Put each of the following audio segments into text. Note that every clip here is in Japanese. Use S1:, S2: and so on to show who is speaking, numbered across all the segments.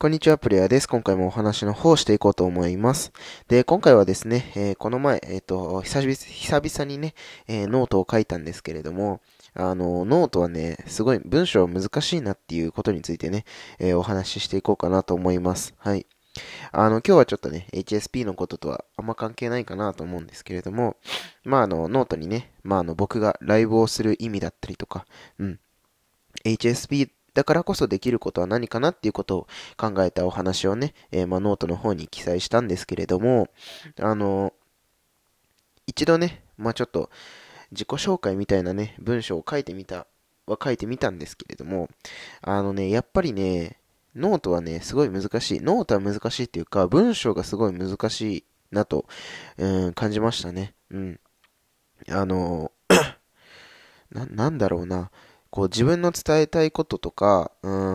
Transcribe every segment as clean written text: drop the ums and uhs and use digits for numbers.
S1: こんにちは、プレイヤーです。今回もお話の方をしていこうと思います。で、今回はですね、この前、久々にね、ノートを書いたんですけれども、ノートはね、すごい文章難しいなっていうことについてね、お話ししていこうかなと思います。はい。今日はちょっとね、HSP のこととはあんま関係ないかなと思うんですけれども、ノートにね、僕がライブをする意味だったりとか、うん、HSP だからこそできることは何かなっていうことを考えたお話をね、ノートの方に記載したんですけれども、あの、一度ね、ちょっと自己紹介みたいなね、文章を書いてみたんですけれども、やっぱりね、ノートはね、すごい難しい。ノートは難しいっていうか、文章がすごい難しいなと、感じましたね。うん。あの、なんだろうな。こう自分の伝えたいこととか、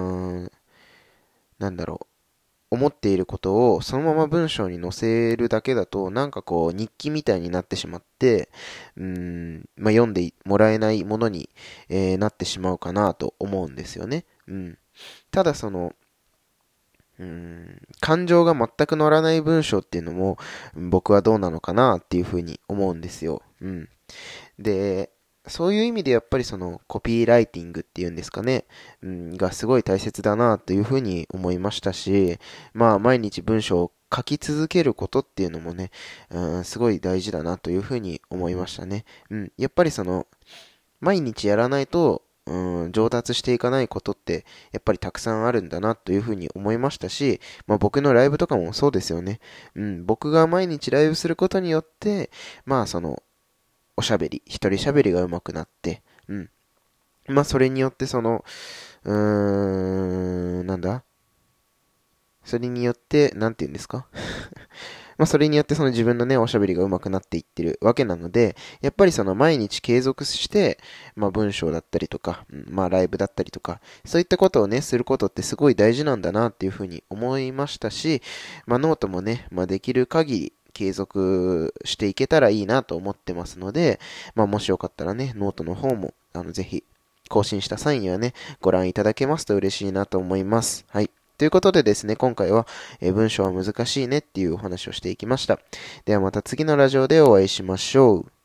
S1: なんだろ思っていることをそのまま文章に載せるだけだと、なんかこう日記みたいになってしまって、読んでもらえないものに、なってしまうかなと思うんですよね。うん。ただ感情が全く乗らない文章っていうのも、僕はどうなのかなっていうふうに思うんですよ。うん。で、そういう意味でやっぱりそのコピーライティングっていうんですかね、がすごい大切だなというふうに思いましたし、毎日文章を書き続けることっていうのもね、すごい大事だなというふうに思いましたね。やっぱり毎日やらないと、上達していかないことってやっぱりたくさんあるんだなというふうに思いましたし、僕のライブとかもそうですよね。僕が毎日ライブすることによって、おしゃべり、一人しゃべりが上手くなって、それによってうーん、なんだそれによって、なんて言うんですかそれによってその自分のね、おしゃべりが上手くなっていってるわけなので、やっぱりその毎日継続して、文章だったりとか、ライブだったりとか、そういったことをね、することってすごい大事なんだなっていうふうに思いましたし、ノートもね、できる限り継続していけたらいいなと思ってますので、もしよかったらね、ノートの方も、ぜひ、更新した際にはね、ご覧いただけますと嬉しいなと思います。はい。ということでですね、今回は、文章は難しいねっていうお話をしていきました。ではまた次のラジオでお会いしましょう。